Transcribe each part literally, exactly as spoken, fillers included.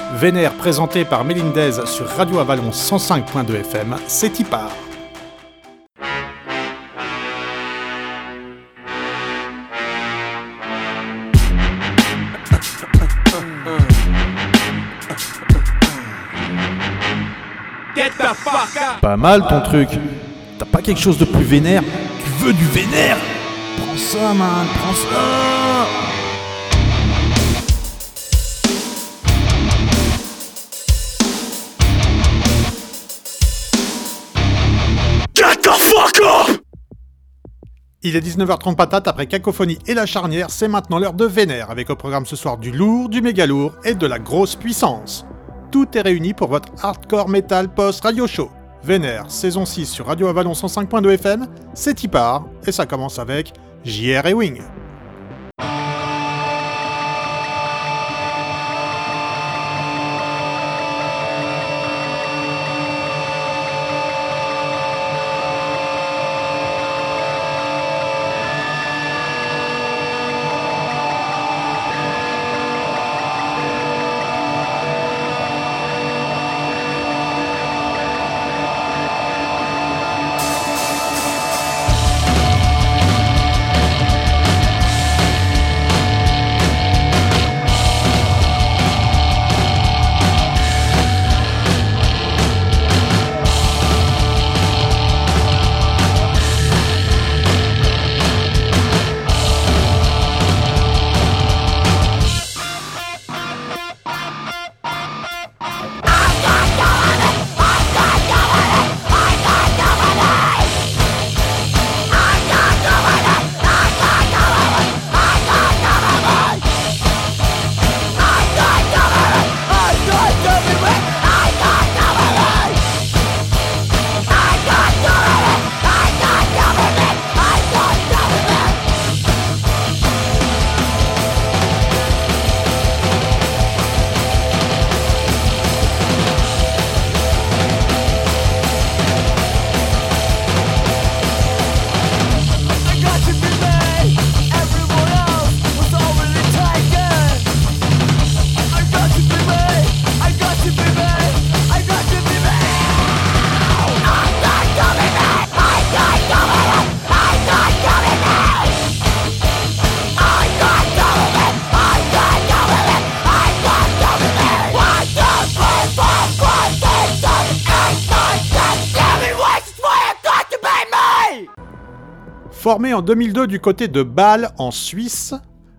Vénère présenté par Mélindez sur Radio Avalon cent cinq point deux F M, c'est y part. Pas mal ton truc. T'as pas quelque chose de plus vénère? Tu veux du vénère? Prends ça, man, prends ça. Get the fuck up! Il est dix-neuf heures trente patate, après Cacophonie et La Charnière, c'est maintenant l'heure de Vénère, avec au programme ce soir du lourd, du méga lourd et de la grosse puissance. Tout est réuni pour votre hardcore metal post-radio show. Vénère, saison six sur Radio Avalon cent cinq point deux F M, c'est y part, et ça commence avec J R et Wing. Formé en deux mille deux du côté de Bâle, en Suisse,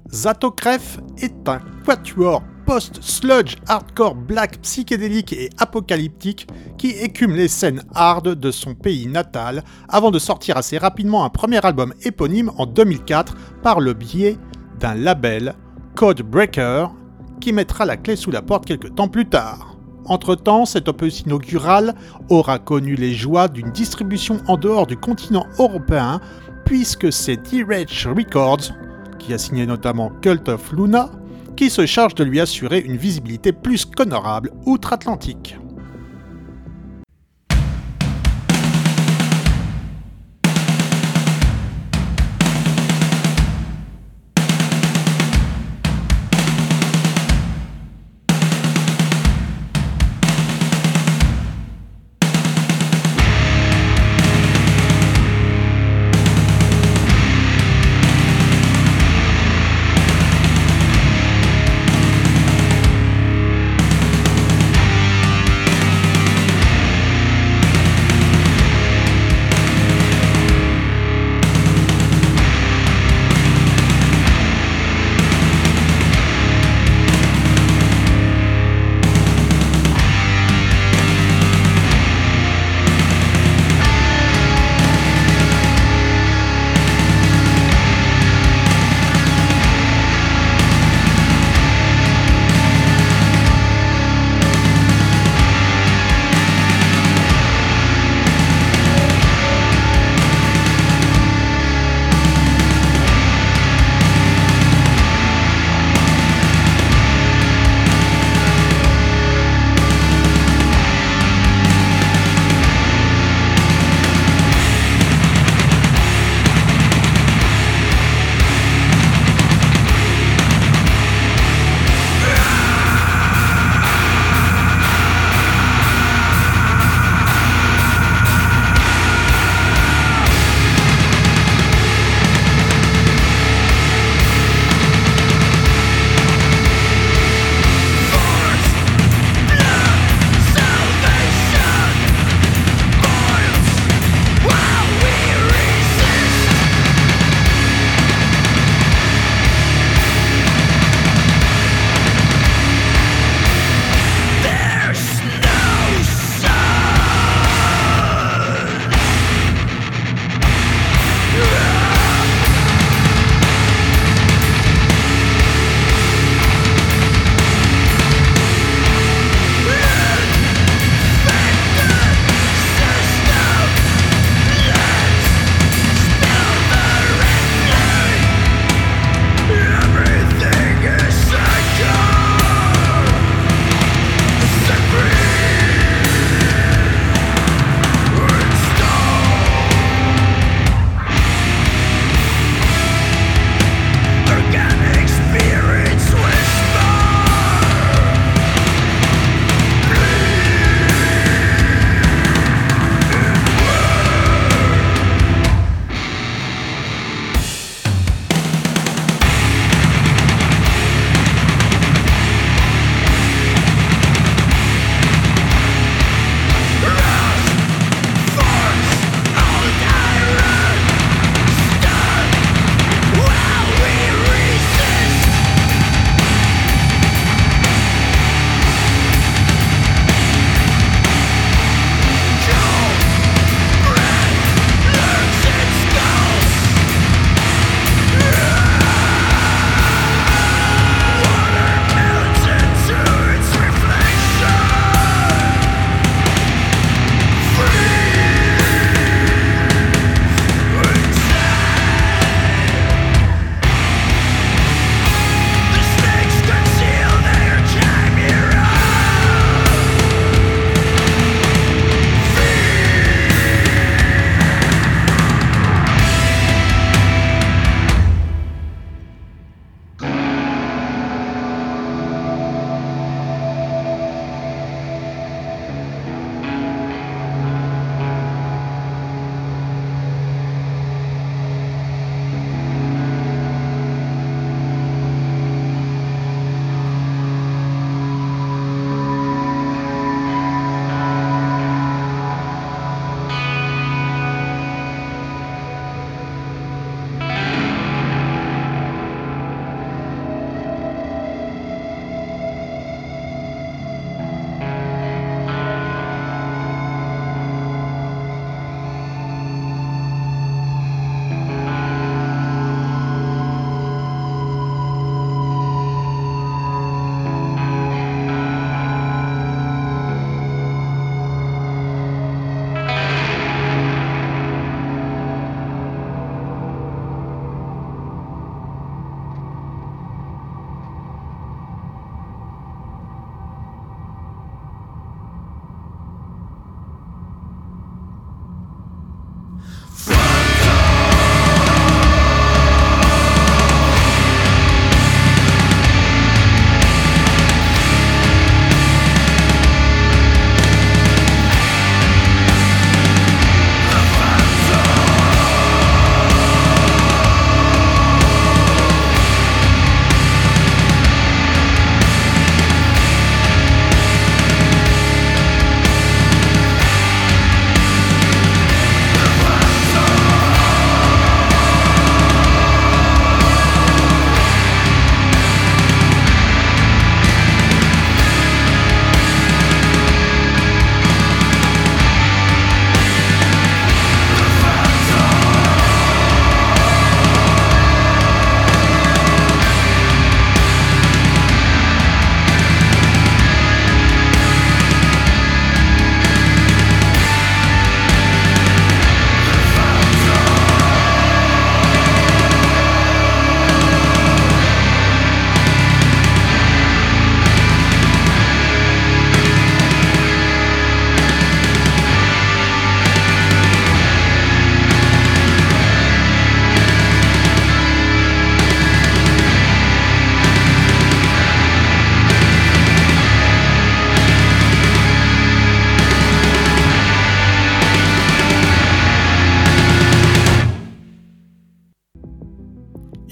Zatokref est un quatuor post-sludge hardcore black psychédélique et apocalyptique qui écume les scènes hard de son pays natal avant de sortir assez rapidement un premier album éponyme en deux mille quatre par le biais d'un label, Codebreaker, qui mettra la clé sous la porte quelques temps plus tard. Entre-temps, cet opus inaugural aura connu les joies d'une distribution en dehors du continent européen, puisque c'est D-Rage Records, qui a signé notamment Cult of Luna, qui se charge de lui assurer une visibilité plus qu'honorable outre-Atlantique.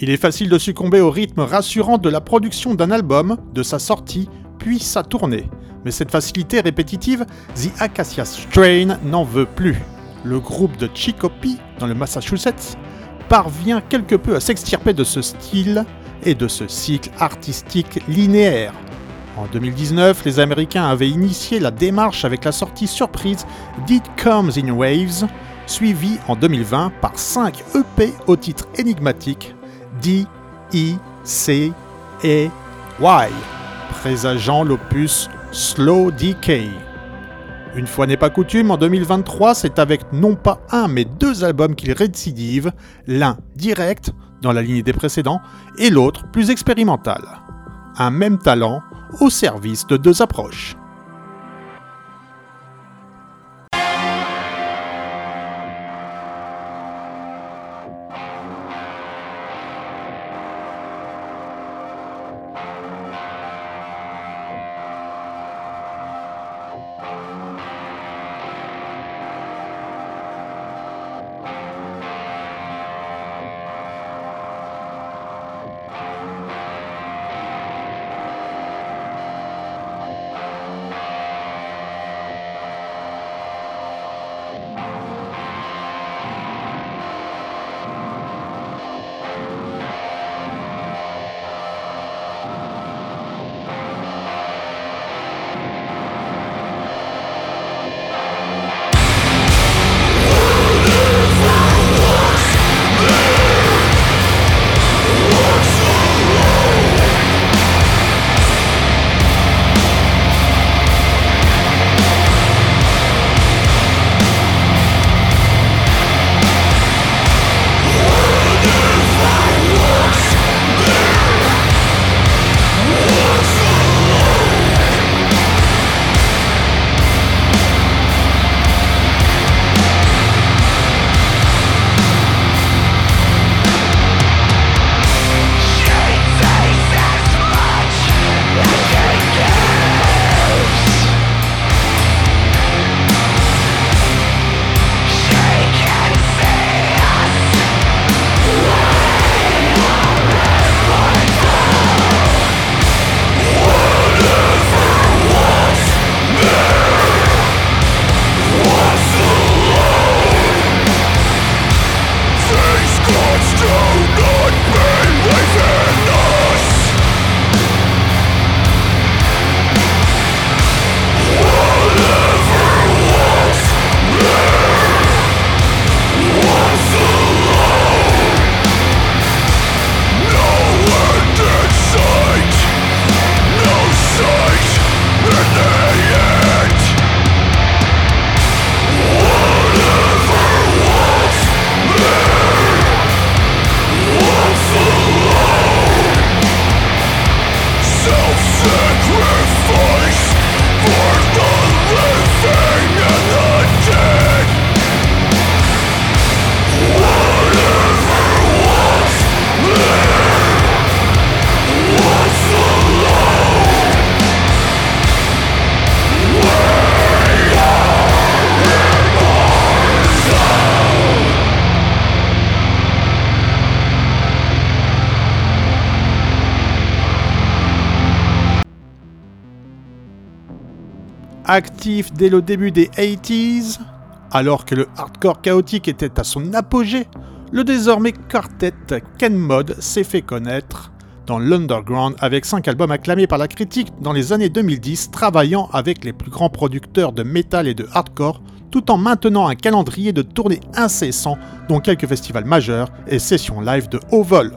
Il est facile de succomber au rythme rassurant de la production d'un album, de sa sortie, puis sa tournée. Mais cette facilité répétitive, The Acacia Strain n'en veut plus. Le groupe de Chicopee, dans le Massachusetts, parvient quelque peu à s'extirper de ce style et de ce cycle artistique linéaire. En deux mille dix-neuf, les Américains avaient initié la démarche avec la sortie surprise d'It Comes in Waves, suivie en deux mille vingt par cinq E P au titre énigmatique D E C A Y, présageant l'opus Slow Decay. Une fois n'est pas coutume, en deux mille vingt-trois, c'est avec non pas un mais deux albums qu'il récidive, l'un direct, dans la lignée des précédents, et l'autre plus expérimental. Un même talent au service de deux approches. Actif dès le début des quatre-vingt-dix, alors que le hardcore chaotique était à son apogée, le désormais quartet Ken Mod s'est fait connaître dans l'underground avec cinq albums acclamés par la critique dans les années deux mille dix, travaillant avec les plus grands producteurs de metal et de hardcore, tout en maintenant un calendrier de tournées incessant, dont quelques festivals majeurs et sessions live de haut vol.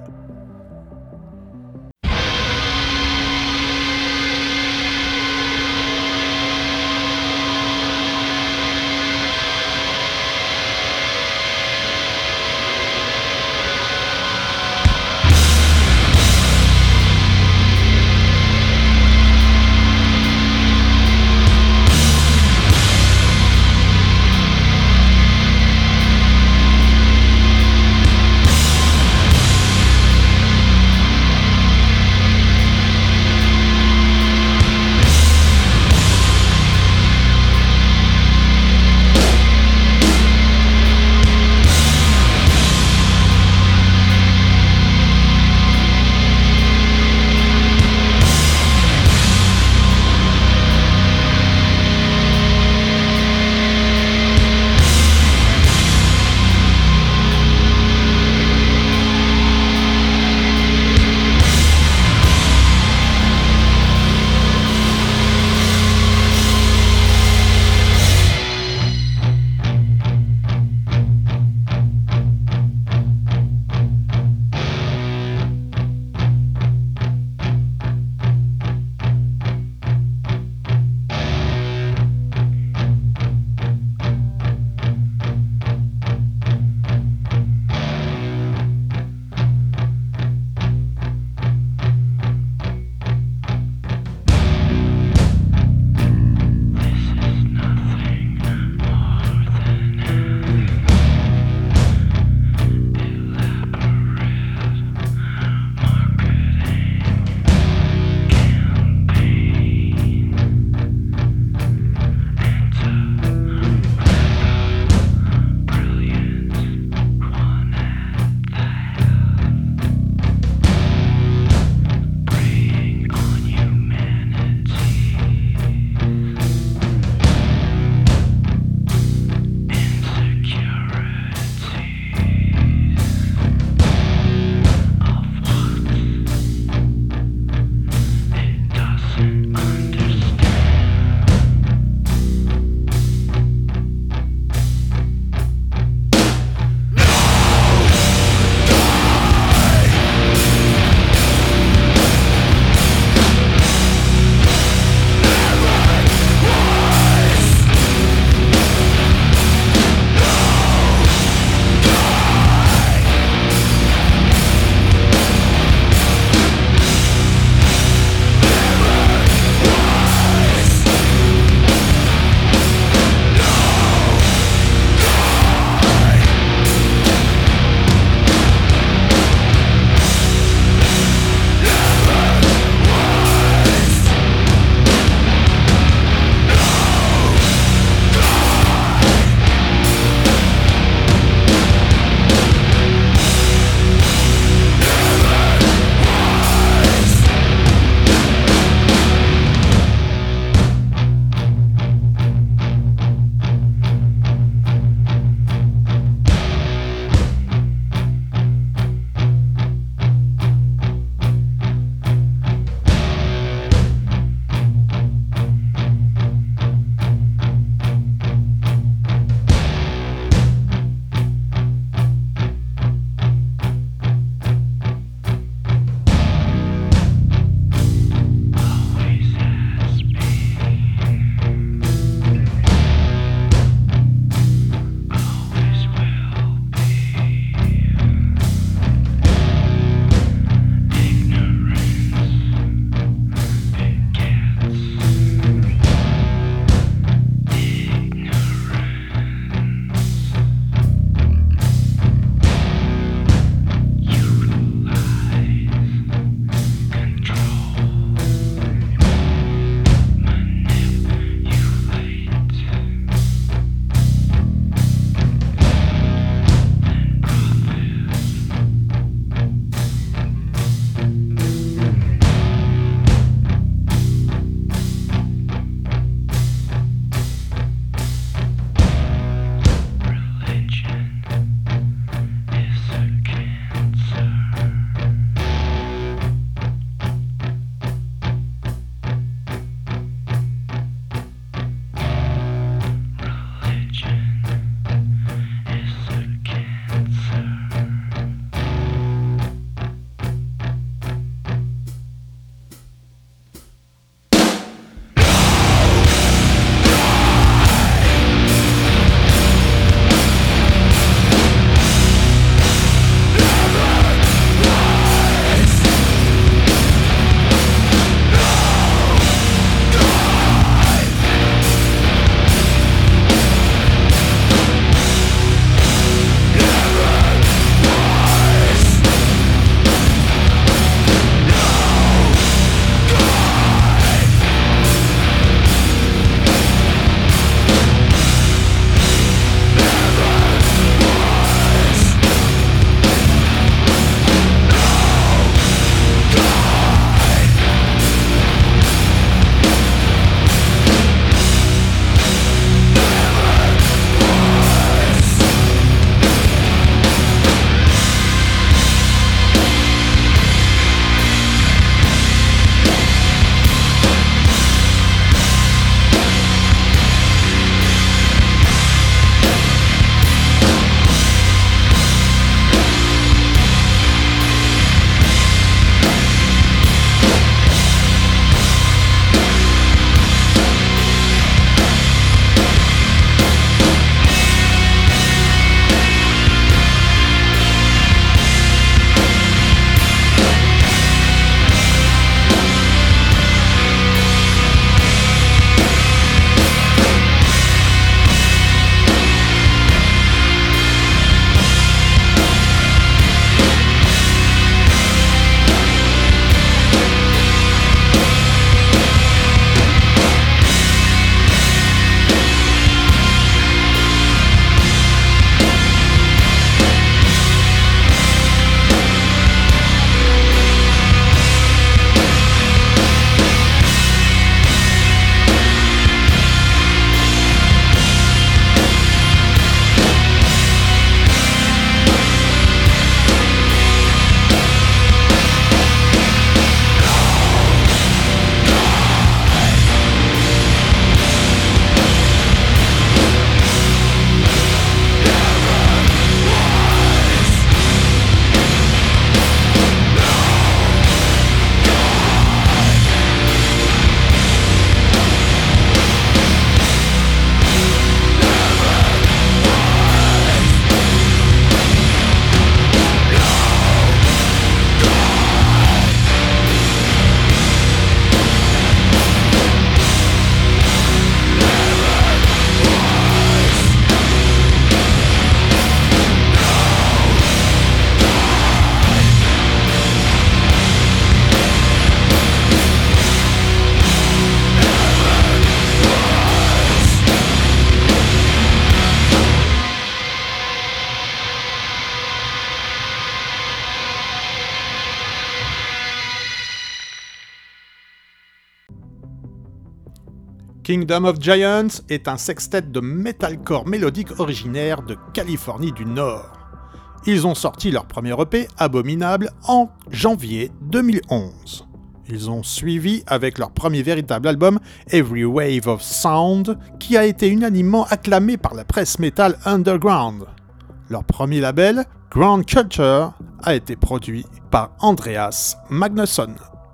Kingdom of Giants est un sextet de metalcore mélodique originaire de Californie du Nord. Ils ont sorti leur premier E P, Abominable, en janvier deux mille onze. Ils ont suivi avec leur premier véritable album, Every Wave of Sound, qui a été unanimement acclamé par la presse metal underground. Leur premier label, Ground Culture, a été produit par Andreas Magnusson.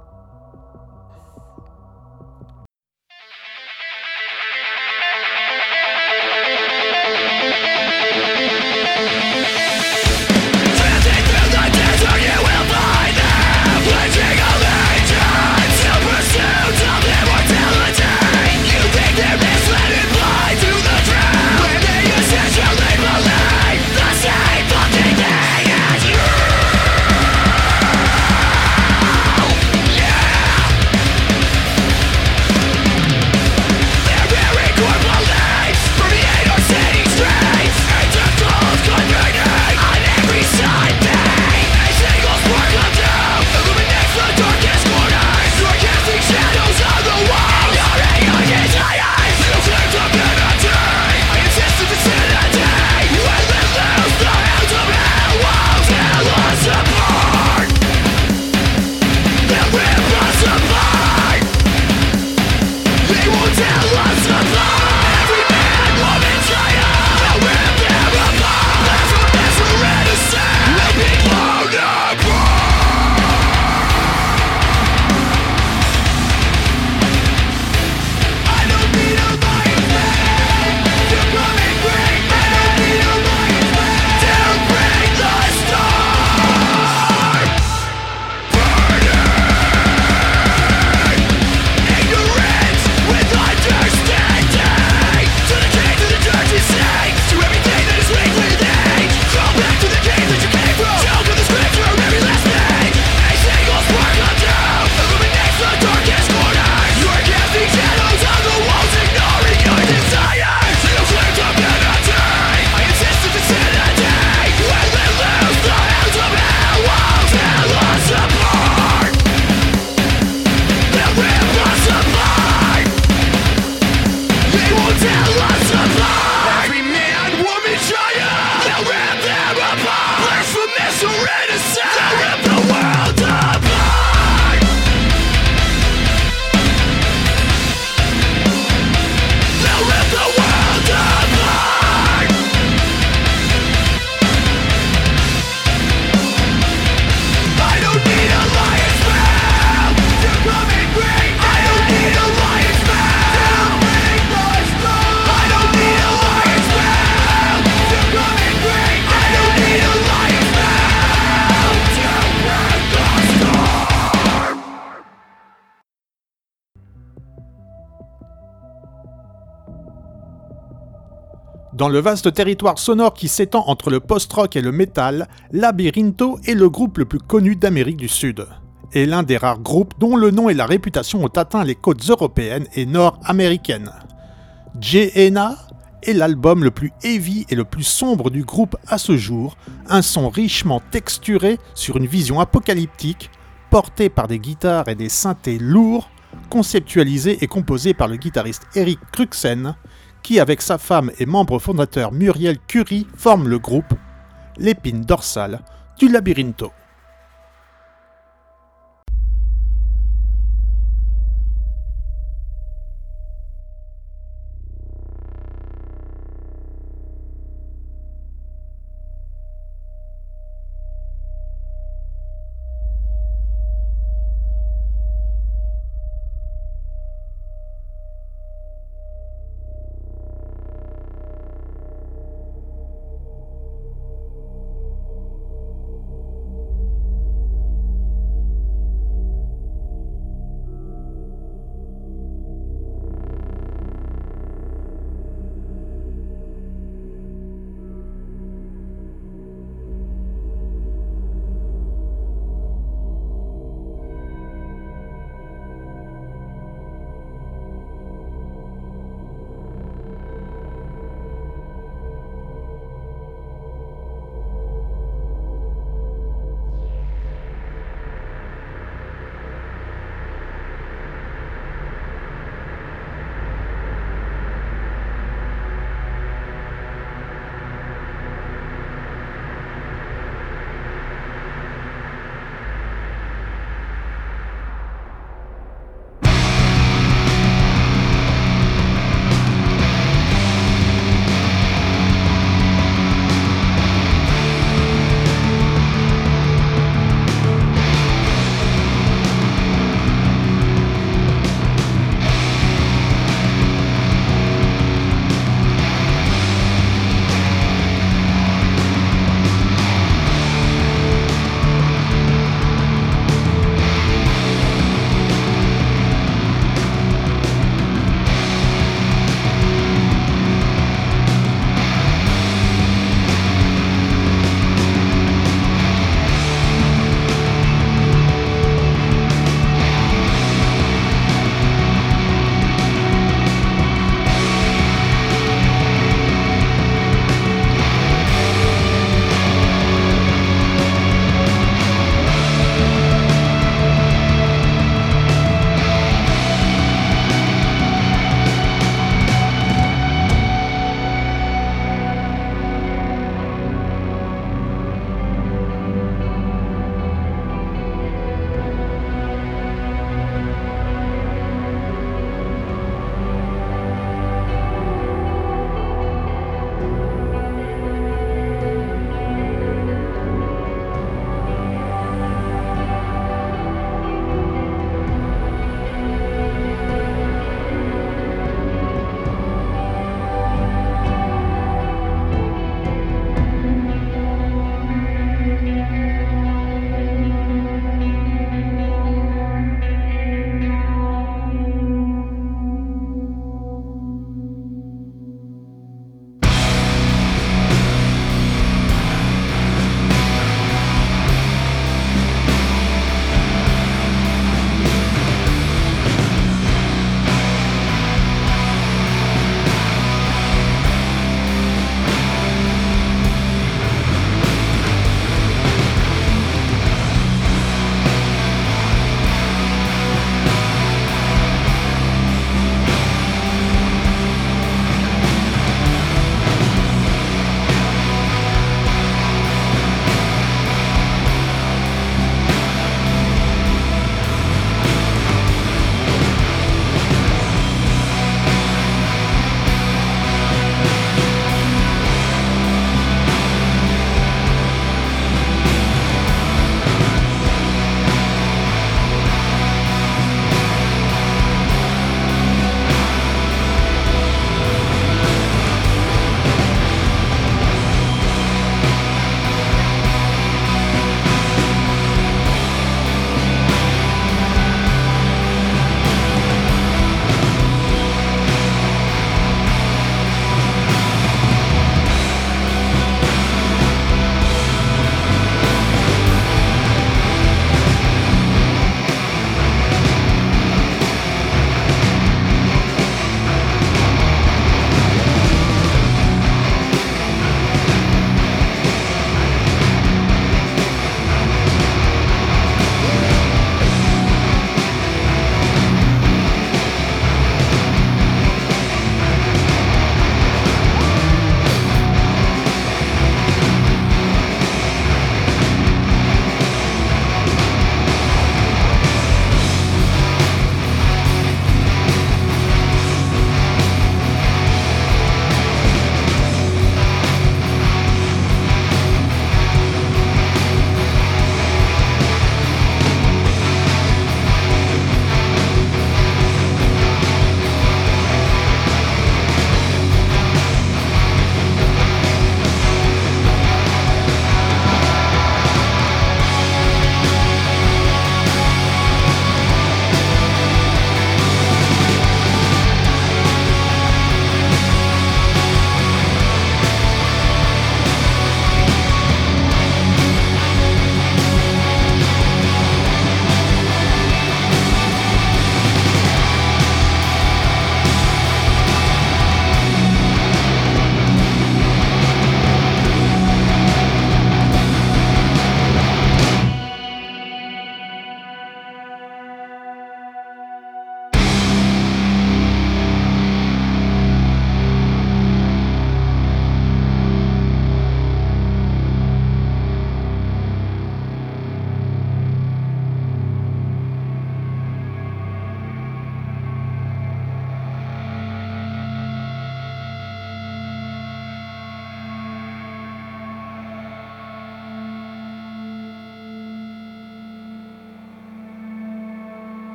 Dans le vaste territoire sonore qui s'étend entre le post-rock et le metal, Labyrinto est le groupe le plus connu d'Amérique du Sud, et l'un des rares groupes dont le nom et la réputation ont atteint les côtes européennes et nord-américaines. Gehenna est l'album le plus heavy et le plus sombre du groupe à ce jour, un son richement texturé sur une vision apocalyptique, porté par des guitares et des synthés lourds, conceptualisé et composé par le guitariste Eric Kruxen, qui avec sa femme et membre fondateur Muriel Curie forme le groupe, l'épine dorsale du Labyrinto.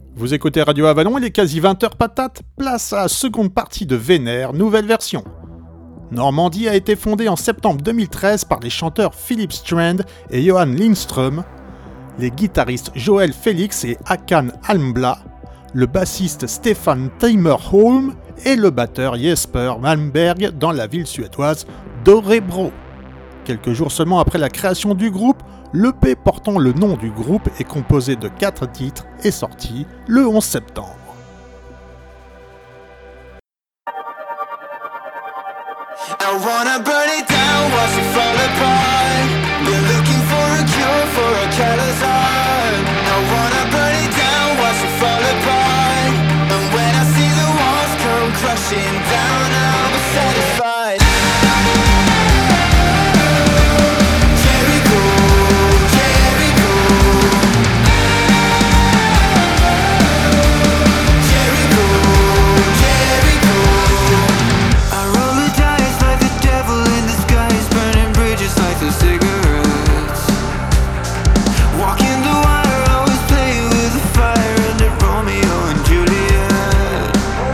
Vous écoutez Radio Avalon, il est quasi vingt heures patate, place à la seconde partie de Vénère, nouvelle version. Normandie a été fondée en septembre deux mille treize par les chanteurs Philipp Strand et Johan Lindström, les guitaristes Joel Felix et Hakan Almbla, le bassiste Stefan Timmerholm et le batteur Jesper Malmberg dans la ville suédoise d'Örebro. Quelques jours seulement après la création du groupe, l'E P portant le nom du groupe est composé de quatre titres et sorti le onze septembre. I wanna burn it down, watch it fall apart. Been looking for a cure for a callous heart. I wanna burn it down, watch it fall apart. And when I see the walls come crashing down, I'll be satisfied. Jericho, Jericho, Jericho, Jericho. I roll the dice like the devil in disguise, burning bridges like the cigarettes. Walking the wire, always play with the fire, and at Romeo and Juliet.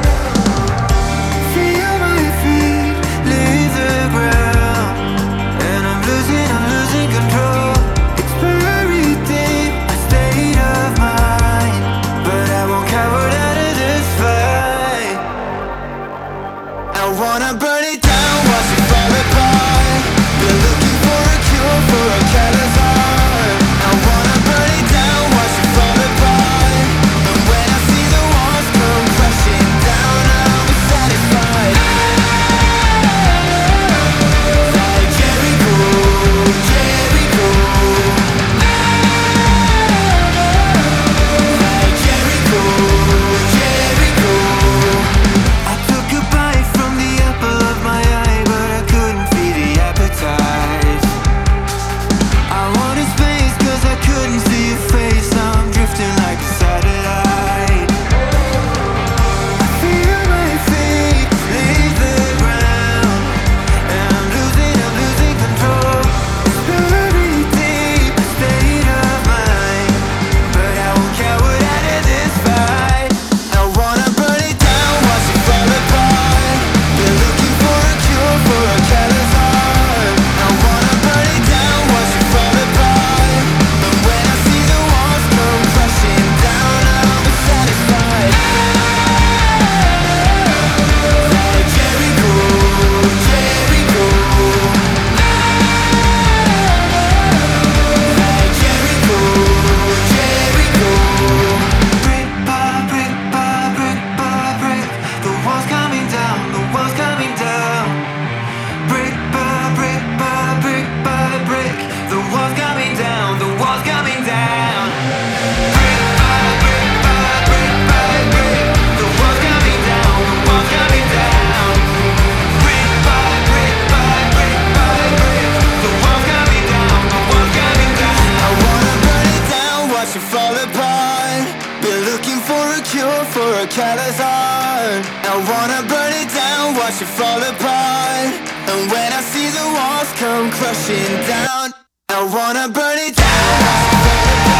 Feel my feet leave the ground, and I'm losing, I'm losing control. It's buried deep, a state of mind, but I won't cower out of this fight. I wanna burn it down, watch it fall apart. Been looking for a cure for a callous heart. I wanna burn it down, watch it fall apart. And when I see the walls come crashing down, I'll be satisfied. Like Jericho, Jericho. Like Jericho, Jericho. I took a bite from the apple of my eye, but I couldn't feed the appetite. I wanted space cause I couldn't see your face. Now I'm drifting like a satellite. I feel my feet leave the ground, and I'm losing, I'm losing control. It's buried deep, a state of mind, but I won't cower out of this fight. I wanna burn it down, watch it fall apart. Been looking for a cure for a callous heart. I wanna burn it down, watch it fall apart. And when I see the walls come crashing down, I'll be satisfied. Like Jericho, Jericho. Like Jericho, Jericho. Brick by brick by brick by brick, the walls coming down, the walls coming down. Brick by brick by brick by brick, the walls coming down, the walls coming down. Brick by brick by brick by brick, the walls coming down, the walls coming down. Brick by brick by brick by brick, the walls coming down, the walls coming down. I wanna burn it down, watch it fall apart. Been looking for a cure for a callous heart. I wanna burn it down, watch it fall apart. And when I see the walls come crashing down, I wanna burn it down.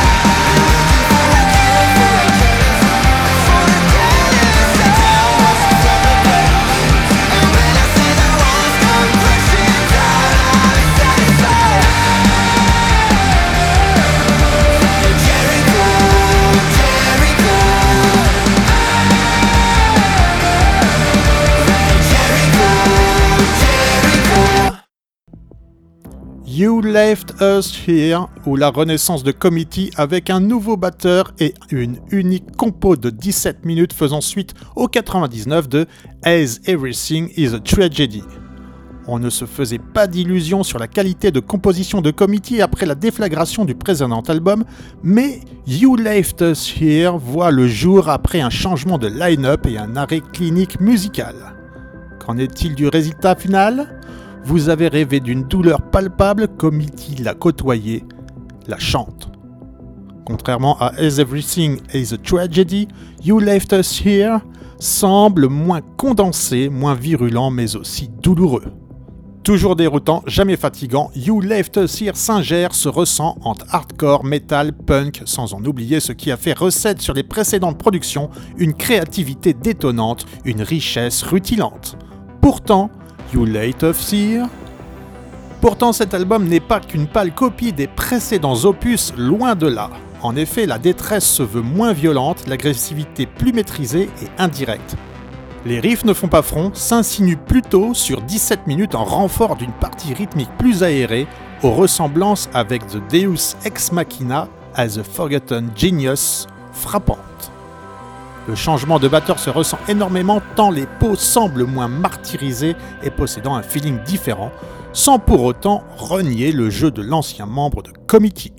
You Left Us Here, ou la renaissance de Committee avec un nouveau batteur et une unique compo de dix-sept minutes faisant suite au quatre-vingt-dix-neuf de As Everything is a Tragedy. On ne se faisait pas d'illusions sur la qualité de composition de Committee après la déflagration du précédent album, mais You Left Us Here voit le jour après un changement de line-up et un arrêt clinique musical. Qu'en est-il du résultat final ? Vous avez rêvé d'une douleur palpable, Committee l'a côtoyée, la chante. Contrairement à As Everything is a Tragedy, You Left Us Here semble moins condensé, moins virulent, mais aussi douloureux. Toujours déroutant, jamais fatigant, You Left Us Here s'ingère se ressent entre hardcore, metal, punk, sans en oublier ce qui a fait recette sur les précédentes productions, une créativité détonnante, une richesse rutilante. Pourtant, You Left Us Here... Pourtant, cet album n'est pas qu'une pâle copie des précédents opus, loin de là. En effet, la détresse se veut moins violente, l'agressivité plus maîtrisée et indirecte. Les riffs ne font pas front, s'insinuent plutôt sur dix-sept minutes en renfort d'une partie rythmique plus aérée, aux ressemblances avec The Deus Ex Machina as a Forgotten Genius, frappante. Le changement de batteur se ressent énormément tant les peaux semblent moins martyrisées et possédant un feeling différent, sans pour autant renier le jeu de l'ancien membre de Committee.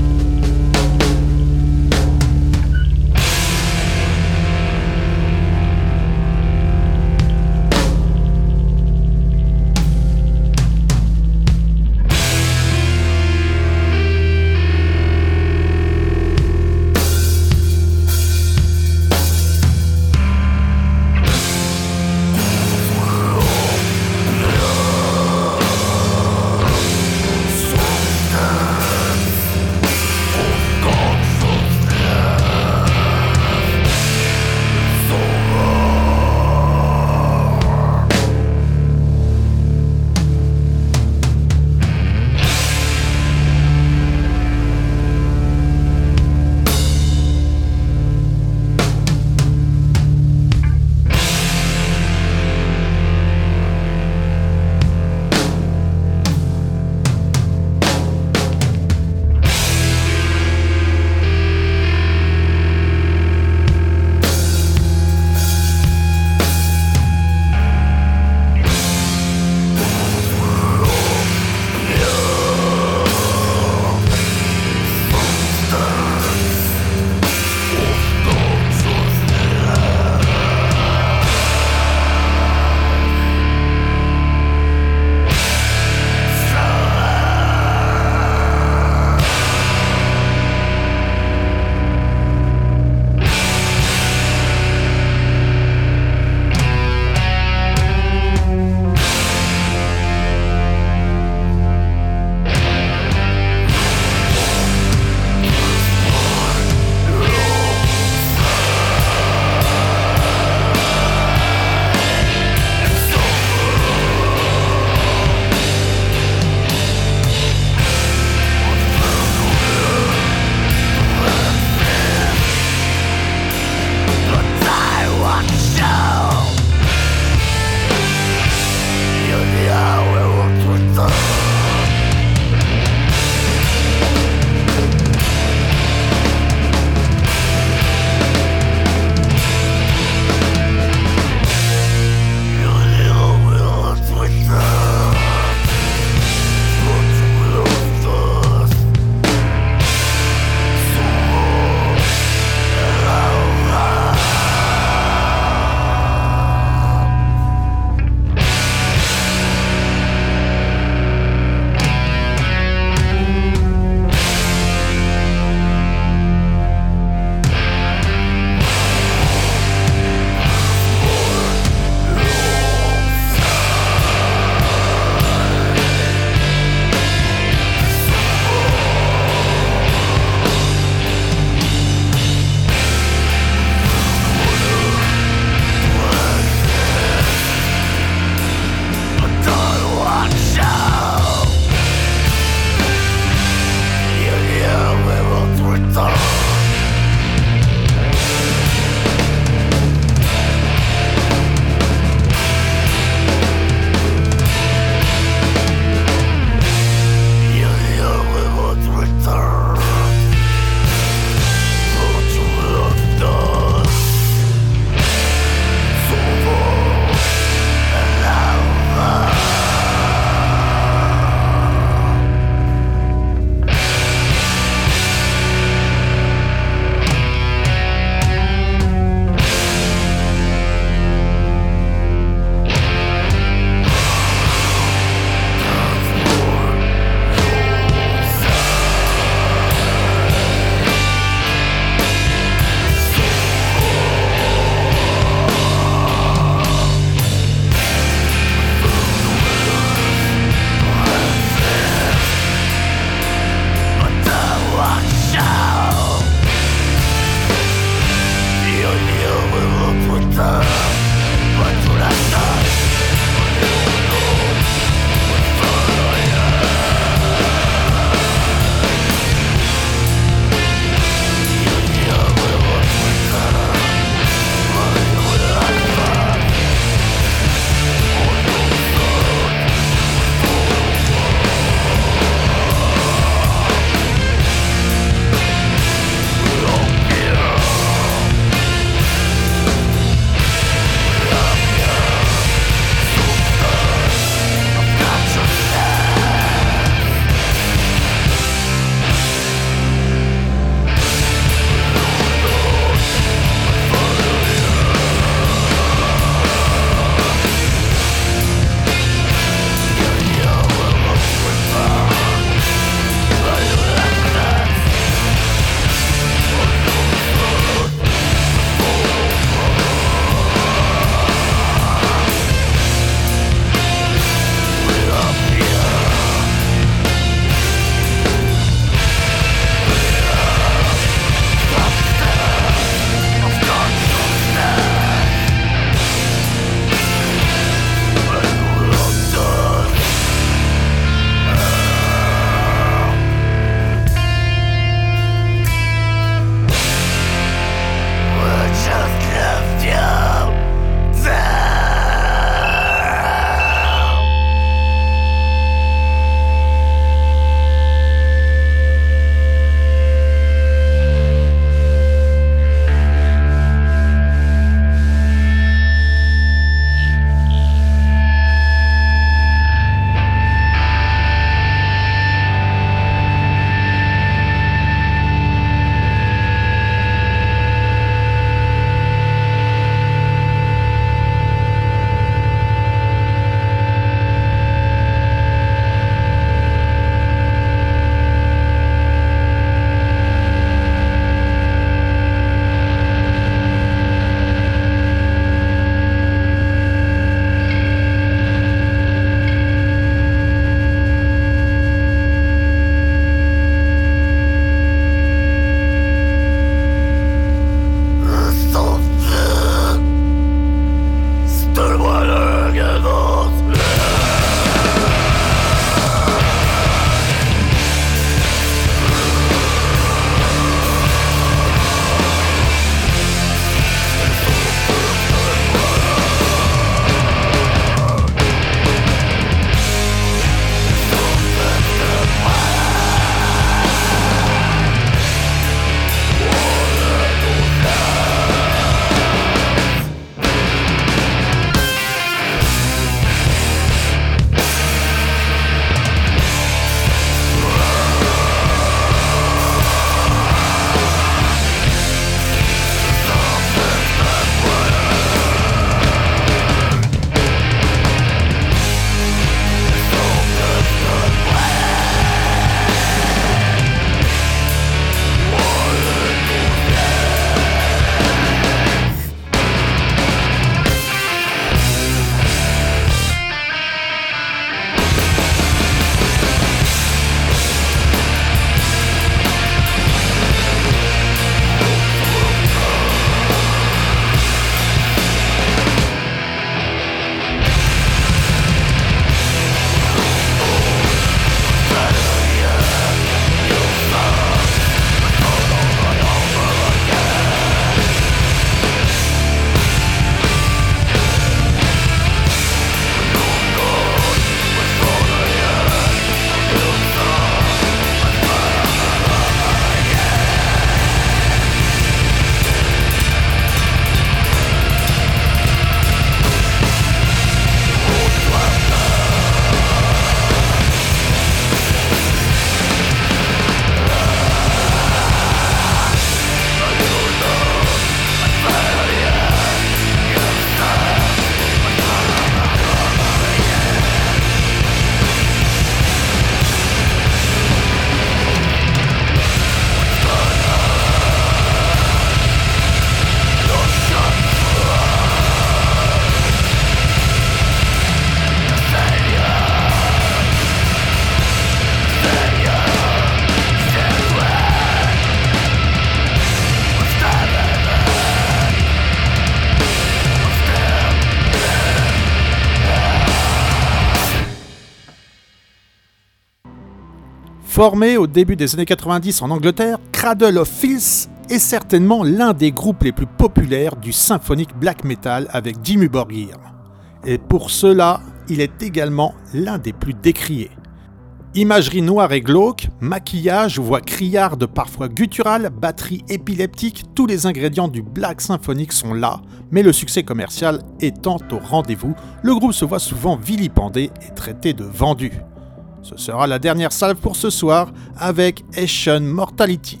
Formé au début des années quatre-vingt-dix en Angleterre, Cradle of Filth est certainement l'un des groupes les plus populaires du symphonique black metal avec Dimmu Borgir. Et pour cela, il est également l'un des plus décriés. Imagerie noire et glauque, maquillage, voix criarde parfois gutturale, batterie épileptique, tous les ingrédients du black symphonique sont là, mais le succès commercial étant au rendez-vous, le groupe se voit souvent vilipendé et traité de vendu. Ce sera la dernière salve pour ce soir avec Ashen Mortality.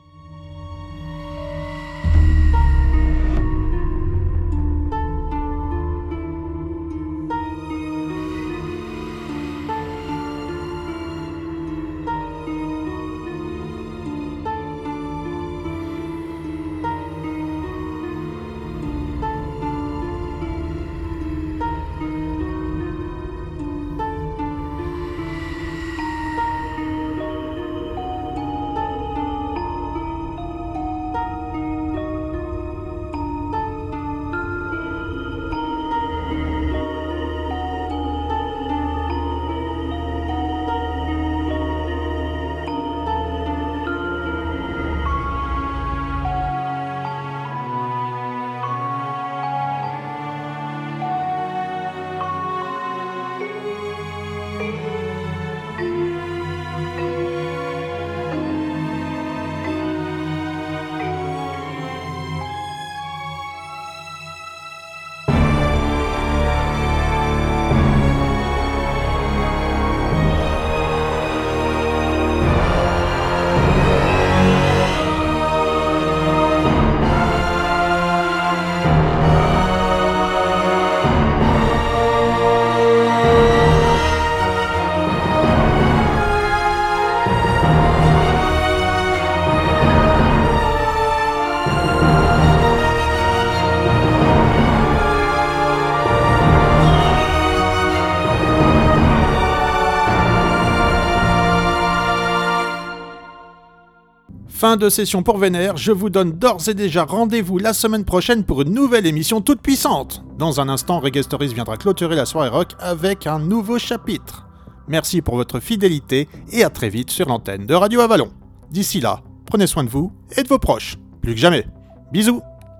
Fin de session pour Vénère, je vous donne d'ores et déjà rendez-vous la semaine prochaine pour une nouvelle émission toute puissante. Dans un instant, Reggae Stories viendra clôturer la soirée rock avec un nouveau chapitre. Merci pour votre fidélité et à très vite sur l'antenne de Radio Avalon. D'ici là, prenez soin de vous et de vos proches, plus que jamais. Bisous.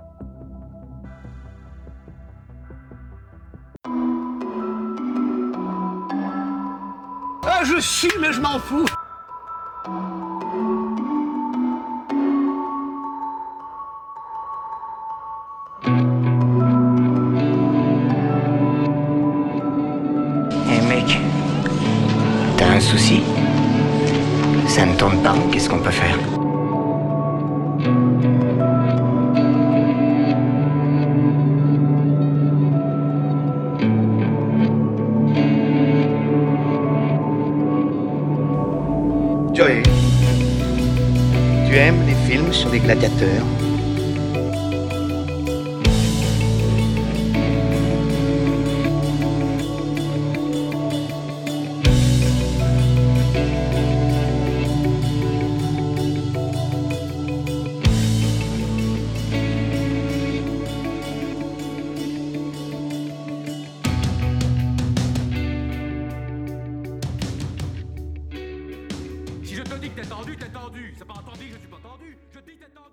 Ah, je suis, mais je m'en fous. T'as un souci? Ça ne tourne pas, qu'est-ce qu'on peut faire? Joey, tu aimes les films sur les gladiateurs?